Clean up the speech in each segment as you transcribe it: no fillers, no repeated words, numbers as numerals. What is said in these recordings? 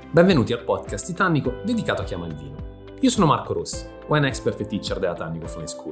Benvenuti al podcast Titanico dedicato a chi ama il vino. Io sono Marco Rossi, wine expert e teacher della Tannico Fine School.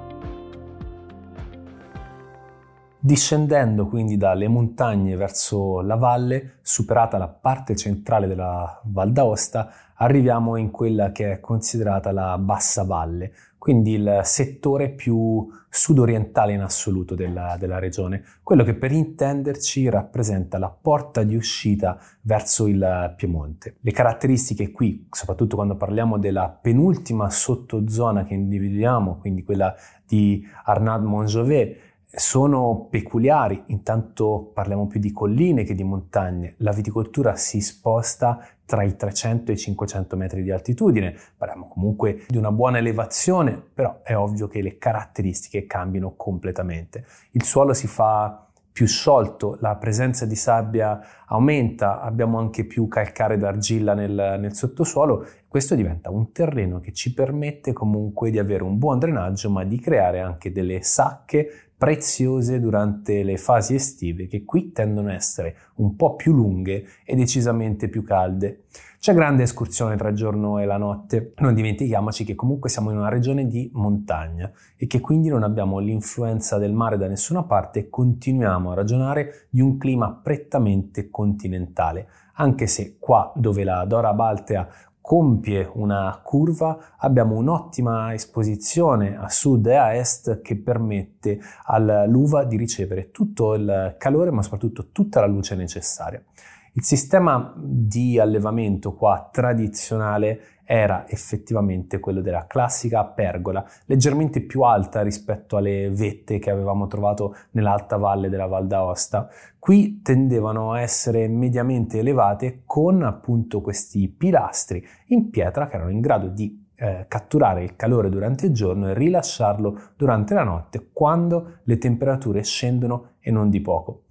Discendendo quindi dalle montagne verso la valle, superata la parte centrale della Val d'Aosta, arriviamo in quella che è considerata la Bassa Valle, quindi il settore più sudorientale in assoluto della regione, quello che per intenderci rappresenta la porta di uscita verso il Piemonte. Le caratteristiche qui, soprattutto quando parliamo della penultima sottozona che individuiamo, quindi quella di Arnaud-Montjovet, sono peculiari. Intanto parliamo più di colline che di montagne. La viticoltura si sposta tra i 300 e i 500 metri di altitudine. Parliamo comunque di una buona elevazione, però è ovvio che le caratteristiche cambiano completamente. Il suolo si fa più sciolto, la presenza di sabbia aumenta, abbiamo anche più calcare d'argilla nel sottosuolo. Questo diventa un terreno che ci permette comunque di avere un buon drenaggio, ma di creare anche delle sacche preziose durante le fasi estive, che qui tendono a essere un po' più lunghe e decisamente più calde. C'è grande escursione tra il giorno e la notte. Non dimentichiamoci che comunque siamo in una regione di montagna e che quindi non abbiamo l'influenza del mare da nessuna parte e continuiamo a ragionare di un clima prettamente continentale, anche se qua dove la Dora Baltea compie una curva abbiamo un'ottima esposizione a sud e a est che permette all'uva di ricevere tutto il calore ma soprattutto tutta la luce necessaria. Il sistema di allevamento qua tradizionale era effettivamente quello della classica pergola, leggermente più alta rispetto alle vette che avevamo trovato nell'alta valle della Val d'Aosta. Qui tendevano a essere mediamente elevate con appunto questi pilastri in pietra che erano in grado di catturare il calore durante il giorno e rilasciarlo durante la notte quando le temperature scendono e non di poco.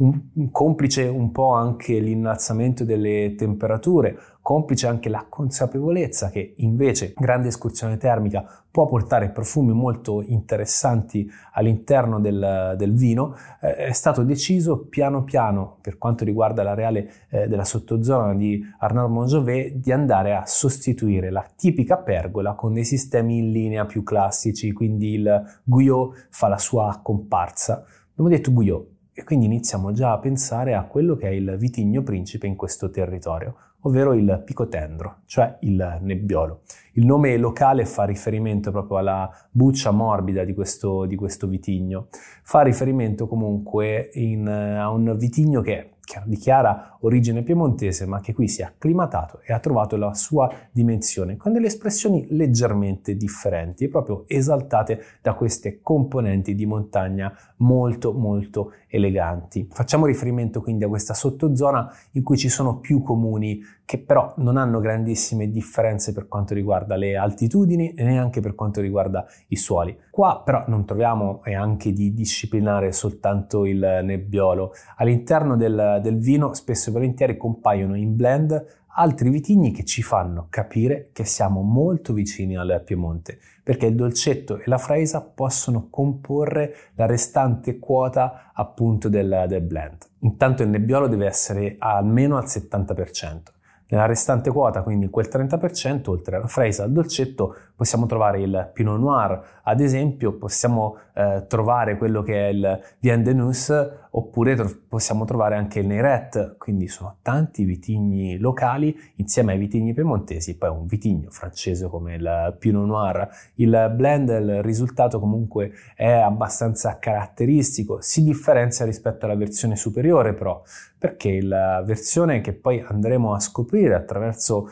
Complice un po' anche l'innalzamento delle temperature, complice anche la consapevolezza che invece grande escursione termica può portare profumi molto interessanti all'interno del vino, è stato deciso piano piano, per quanto riguarda l'areale della sottozona di Arnaud-Montjovet, di andare a sostituire la tipica pergola con dei sistemi in linea più classici, quindi il Guyot fa la sua comparsa. Abbiamo detto Guyot, e quindi iniziamo già a pensare a quello che è il vitigno principe in questo territorio, ovvero il picotendro, cioè il nebbiolo. Il nome locale fa riferimento proprio alla buccia morbida di questo vitigno, fa riferimento comunque a un vitigno che è di chiara origine piemontese, ma che qui si è acclimatato e ha trovato la sua dimensione, con delle espressioni leggermente differenti, proprio esaltate da queste componenti di montagna molto molto eleganti. Facciamo riferimento quindi a questa sottozona in cui ci sono più comuni che però non hanno grandissime differenze per quanto riguarda le altitudini e neanche per quanto riguarda i suoli. Qua però non troviamo e anche di disciplinare soltanto il nebbiolo. All'interno del vino spesso e volentieri compaiono in blend altri vitigni che ci fanno capire che siamo molto vicini al Piemonte, perché il dolcetto e la freisa possono comporre la restante quota appunto del blend. Intanto il nebbiolo deve essere almeno al 70%. Nella restante quota, quindi quel 30%, oltre alla freisa e al dolcetto, possiamo trovare il Pinot Noir, ad esempio possiamo trovare quello che è il Vin de Nus, oppure possiamo trovare anche il Neiret, quindi sono tanti vitigni locali insieme ai vitigni piemontesi, poi un vitigno francese come il Pinot Noir. Il blend, il risultato comunque è abbastanza caratteristico, si differenzia rispetto alla versione superiore però, perché la versione che poi andremo a scoprire attraverso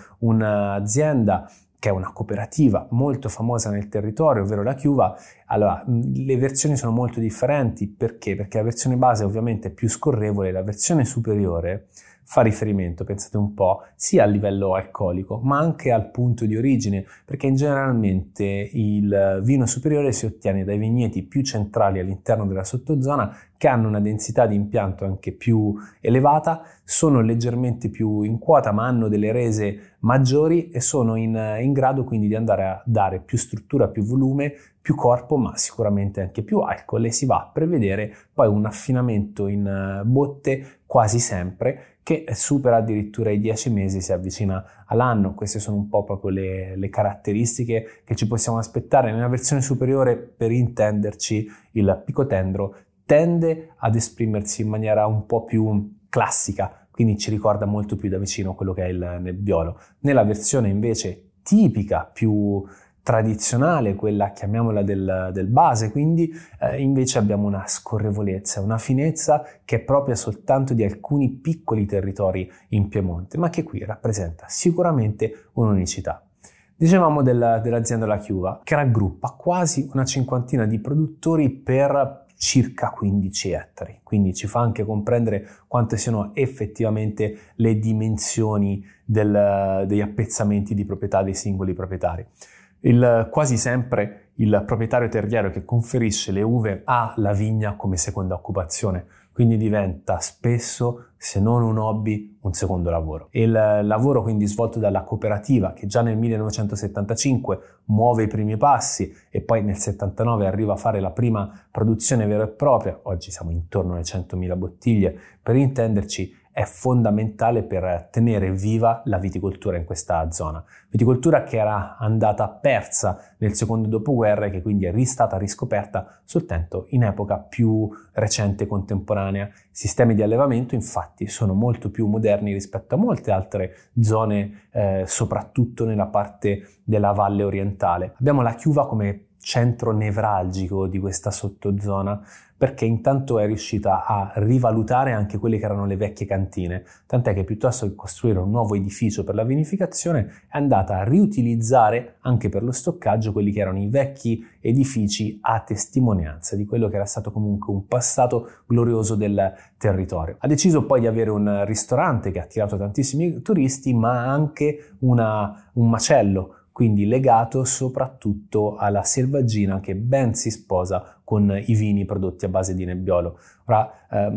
un'azienda che è una cooperativa molto famosa nel territorio, ovvero la Chiuva. Allora, le versioni sono molto differenti. Perché? Perché la versione base ovviamente è più scorrevole, la versione superiore fa riferimento, pensate un po', sia al livello alcolico, ma anche al punto di origine, perché generalmente il vino superiore si ottiene dai vigneti più centrali all'interno della sottozona, che hanno una densità di impianto anche più elevata, sono leggermente più in quota, ma hanno delle rese maggiori e sono in grado quindi di andare a dare più struttura, più volume, più corpo, ma sicuramente anche più alcol, e si va a prevedere poi un affinamento in botte quasi sempre che supera addirittura i 10 mesi, si avvicina all'anno. Queste sono un po' proprio le caratteristiche che ci possiamo aspettare. Nella versione superiore, per intenderci, il picotendro tende ad esprimersi in maniera un po' più classica, quindi ci ricorda molto più da vicino quello che è il nebbiolo. Nella versione invece tipica, più tradizionale, quella chiamiamola del base, quindi invece abbiamo una scorrevolezza, una finezza che è propria soltanto di alcuni piccoli territori in Piemonte, ma che qui rappresenta sicuramente un'unicità. Dicevamo dell'azienda La Chiuva, che raggruppa quasi una cinquantina di produttori per circa 15 ettari, quindi ci fa anche comprendere quante siano effettivamente le dimensioni degli appezzamenti di proprietà dei singoli proprietari. Quasi sempre il proprietario terriero che conferisce le uve ha la vigna come seconda occupazione, quindi diventa spesso, se non un hobby, un secondo lavoro. E il lavoro quindi svolto dalla cooperativa, che già nel 1975 muove i primi passi e poi nel 79 arriva a fare la prima produzione vera e propria, oggi siamo intorno alle 100.000 bottiglie, per intenderci, è fondamentale per tenere viva la viticoltura in questa zona. Viticoltura che era andata persa nel secondo dopoguerra e che quindi è stata riscoperta soltanto in epoca più recente e contemporanea. I sistemi di allevamento infatti sono molto più moderni rispetto a molte altre zone, soprattutto nella parte della valle orientale. Abbiamo la Chiuva come centro nevralgico di questa sottozona, perché intanto è riuscita a rivalutare anche quelle che erano le vecchie cantine, tant'è che piuttosto che costruire un nuovo edificio per la vinificazione è andata a riutilizzare anche per lo stoccaggio quelli che erano i vecchi edifici, a testimonianza di quello che era stato comunque un passato glorioso del territorio. Ha deciso poi di avere un ristorante che ha attirato tantissimi turisti, ma anche un macello, quindi legato soprattutto alla selvaggina che ben si sposa con i vini prodotti a base di nebbiolo. Ora,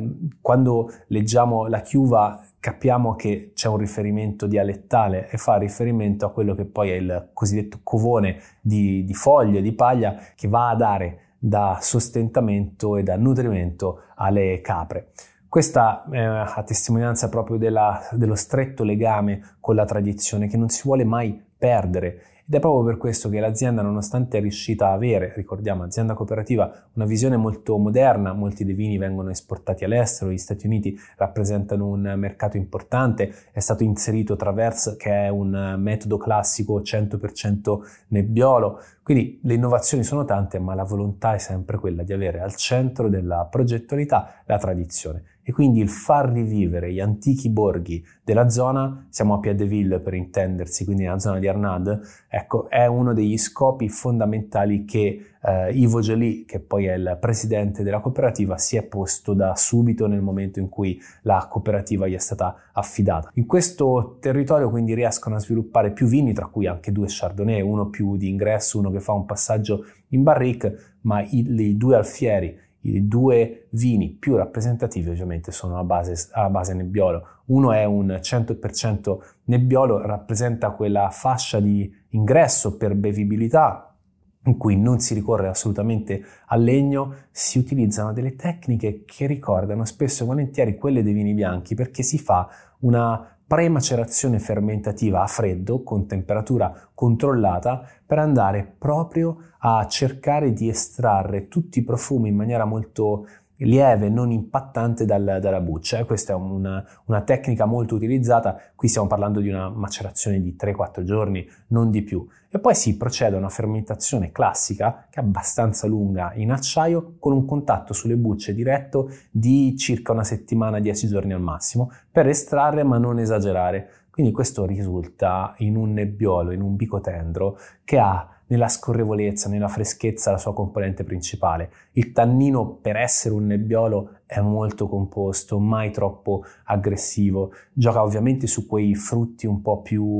quando leggiamo La Chiuva capiamo che c'è un riferimento dialettale e fa riferimento a quello che poi è il cosiddetto covone di foglie, di paglia, che va a dare da sostentamento e da nutrimento alle capre. Questa è a testimonianza proprio dello stretto legame con la tradizione che non si vuole mai perdere. Ed è proprio per questo che l'azienda, nonostante è riuscita a avere, ricordiamo, azienda cooperativa, una visione molto moderna, molti dei vini vengono esportati all'estero, gli Stati Uniti rappresentano un mercato importante, è stato inserito Traverse, che è un metodo classico 100% nebbiolo, quindi le innovazioni sono tante, ma la volontà è sempre quella di avere al centro della progettualità la tradizione. E quindi il far rivivere gli antichi borghi della zona, siamo a Piedeville per intendersi, quindi nella zona di Arnade, ecco, è uno degli scopi fondamentali che Ivo Gelì, che poi è il presidente della cooperativa, si è posto da subito nel momento in cui la cooperativa gli è stata affidata. In questo territorio quindi riescono a sviluppare più vini, tra cui anche 2 Chardonnay, uno più di ingresso, uno che fa un passaggio in barrique, ma i 2 alfieri, i 2 vini più rappresentativi ovviamente sono alla base nebbiolo. Uno è un 100% nebbiolo, rappresenta quella fascia di ingresso per bevibilità in cui non si ricorre assolutamente al legno, si utilizzano delle tecniche che ricordano spesso e volentieri quelle dei vini bianchi, perché si fa una pre-macerazione fermentativa a freddo con temperatura controllata per andare proprio a cercare di estrarre tutti i profumi in maniera molto lieve, non impattante dalla buccia. Questa è una tecnica molto utilizzata, qui stiamo parlando di una macerazione di 3-4 giorni, non di più. E poi si procede a una fermentazione classica, che è abbastanza lunga in acciaio, con un contatto sulle bucce diretto di circa una settimana, 10 giorni al massimo, per estrarre ma non esagerare. Quindi questo risulta in un nebbiolo, in un picotendro, che ha nella scorrevolezza, nella freschezza la sua componente principale. Il tannino, per essere un nebbiolo, è molto composto, mai troppo aggressivo. Gioca ovviamente su quei frutti un po' più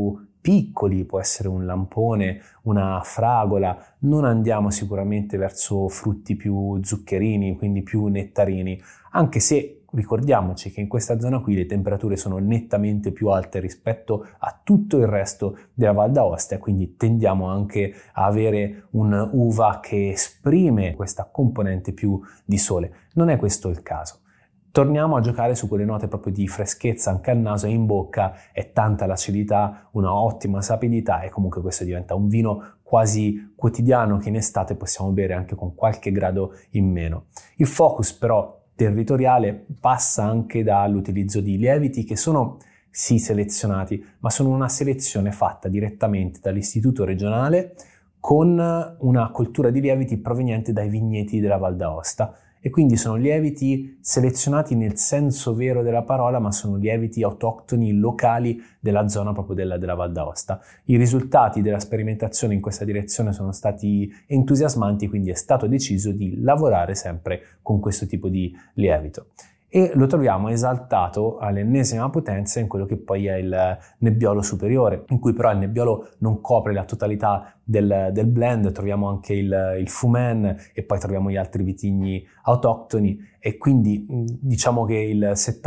piccoli, può essere un lampone, una fragola, non andiamo sicuramente verso frutti più zuccherini, quindi più nettarini, anche se ricordiamoci che in questa zona qui le temperature sono nettamente più alte rispetto a tutto il resto della Val d'Aosta, e quindi tendiamo anche a avere un'uva che esprime questa componente più di sole. Non è questo il caso. Torniamo a giocare su quelle note proprio di freschezza anche al naso e in bocca, è tanta l'acidità, una ottima sapidità, e comunque questo diventa un vino quasi quotidiano che in estate possiamo bere anche con qualche grado in meno. Il focus però territoriale passa anche dall'utilizzo di lieviti che sono sì selezionati, ma sono una selezione fatta direttamente dall'istituto regionale con una coltura di lieviti proveniente dai vigneti della Val d'Aosta. E quindi sono lieviti selezionati nel senso vero della parola, ma sono lieviti autoctoni locali della zona proprio della Val d'Aosta. I risultati della sperimentazione in questa direzione sono stati entusiasmanti, quindi è stato deciso di lavorare sempre con questo tipo di lievito. E lo troviamo esaltato all'ennesima potenza in quello che poi è il nebbiolo superiore, in cui però il nebbiolo non copre la totalità del blend. Troviamo anche il Fumen e poi troviamo gli altri vitigni autoctoni, e quindi diciamo che il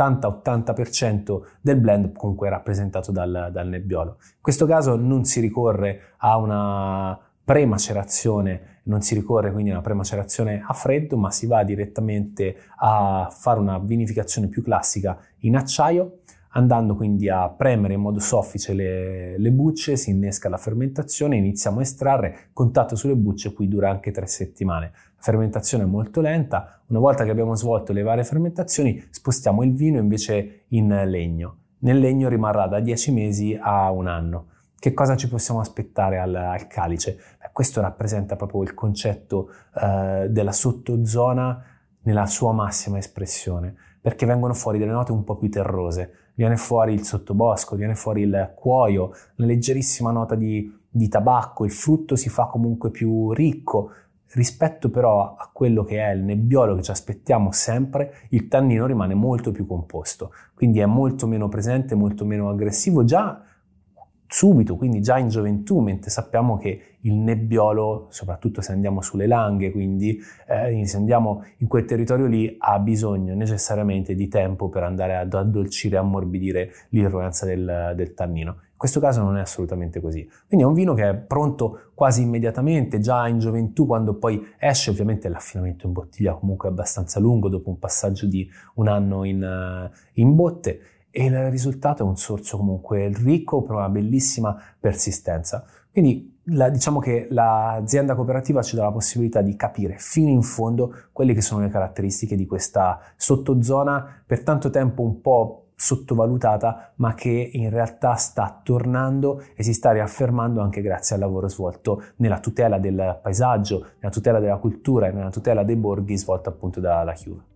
70-80% del blend comunque è rappresentato dal nebbiolo. In questo caso non si ricorre a una premacerazione, non si ricorre quindi a una premacerazione a freddo, ma si va direttamente a fare una vinificazione più classica in acciaio, andando quindi a premere in modo soffice le bucce, si innesca la fermentazione, iniziamo a estrarre, contatto sulle bucce, qui dura anche 3 settimane. La fermentazione è molto lenta, una volta che abbiamo svolto le varie fermentazioni spostiamo il vino invece in legno. Nel legno rimarrà da 10 mesi a 1 anno. Che cosa ci possiamo aspettare al calice? Questo rappresenta proprio il concetto della sottozona nella sua massima espressione, perché vengono fuori delle note un po' più terrose, viene fuori il sottobosco, viene fuori il cuoio, una leggerissima nota di tabacco, il frutto si fa comunque più ricco. Rispetto però a quello che è il nebbiolo che ci aspettiamo sempre, il tannino rimane molto più composto, quindi è molto meno presente, molto meno aggressivo già subito, quindi già in gioventù, mentre sappiamo che il nebbiolo, soprattutto se andiamo sulle Langhe, quindi se andiamo in quel territorio lì, ha bisogno necessariamente di tempo per andare ad addolcire e ammorbidire l'irruenza del tannino. In questo caso non è assolutamente così. Quindi è un vino che è pronto quasi immediatamente, già in gioventù, quando poi esce. Ovviamente l'affinamento in bottiglia comunque è abbastanza lungo, dopo un passaggio di 1 anno in botte, e il risultato è un sorso comunque ricco, però una bellissima persistenza. Quindi diciamo che l'azienda cooperativa ci dà la possibilità di capire fino in fondo quelle che sono le caratteristiche di questa sottozona per tanto tempo un po' sottovalutata, ma che in realtà sta tornando e si sta riaffermando anche grazie al lavoro svolto nella tutela del paesaggio, nella tutela della cultura e nella tutela dei borghi svolto appunto dalla Chiuva.